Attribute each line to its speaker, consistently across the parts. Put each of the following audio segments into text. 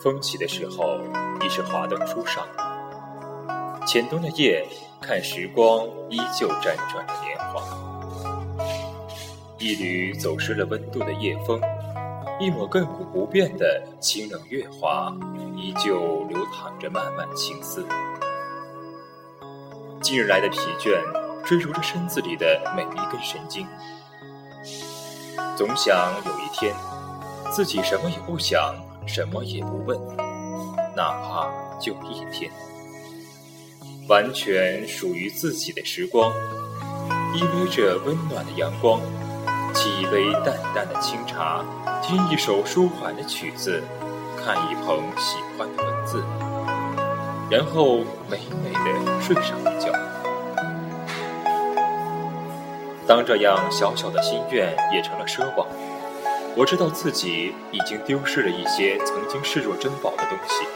Speaker 1: 风起的时候，已是华灯初上。浅冬的夜，看时光依旧辗转着年华。一缕走失了温度的夜风，一抹亘古不变的清冷月华，依旧流淌着漫漫情思。今日来的疲倦，追逐着身子里的每一根神经。总想有一天，自己什么也不想，什么也不问，哪怕就一天，完全属于自己的时光，依偎着温暖的阳光，沏一杯淡淡的清茶，听一首舒缓的曲子，看一捧喜欢的文字，然后美美的睡上一觉。当这样小小的心愿也成了奢望，我知道自己已经丢失了一些曾经视若珍宝的东西。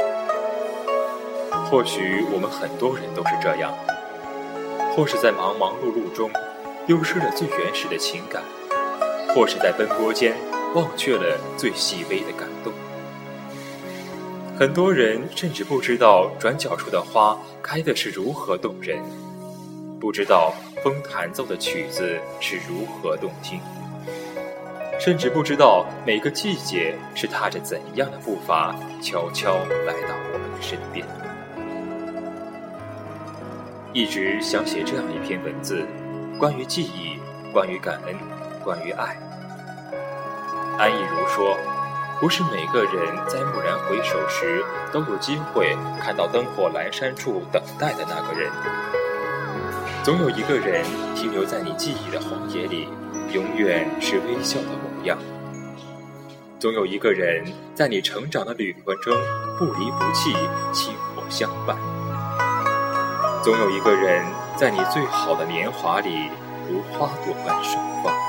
Speaker 1: 或许我们很多人都是这样，或是在忙忙碌碌中丢失了最原始的情感，或是在奔波间忘却了最细微的感动。很多人甚至不知道转角处的花开的是如何动人，不知道风弹奏的曲子是如何动听，甚至不知道每个季节是踏着怎样的步伐悄悄来到我们的身边。一直想写这样一篇文字，关于记忆，关于感恩，关于爱。安忆如说，不是每个人在蓦然回首时都有机会看到灯火阑珊处等待的那个人，总有一个人停留在你记忆的荒野里，永远是微笑的模样。总有一个人在你成长的旅途中不离不弃，薪火相伴。总有一个人在你最好的年华里如花朵般盛放。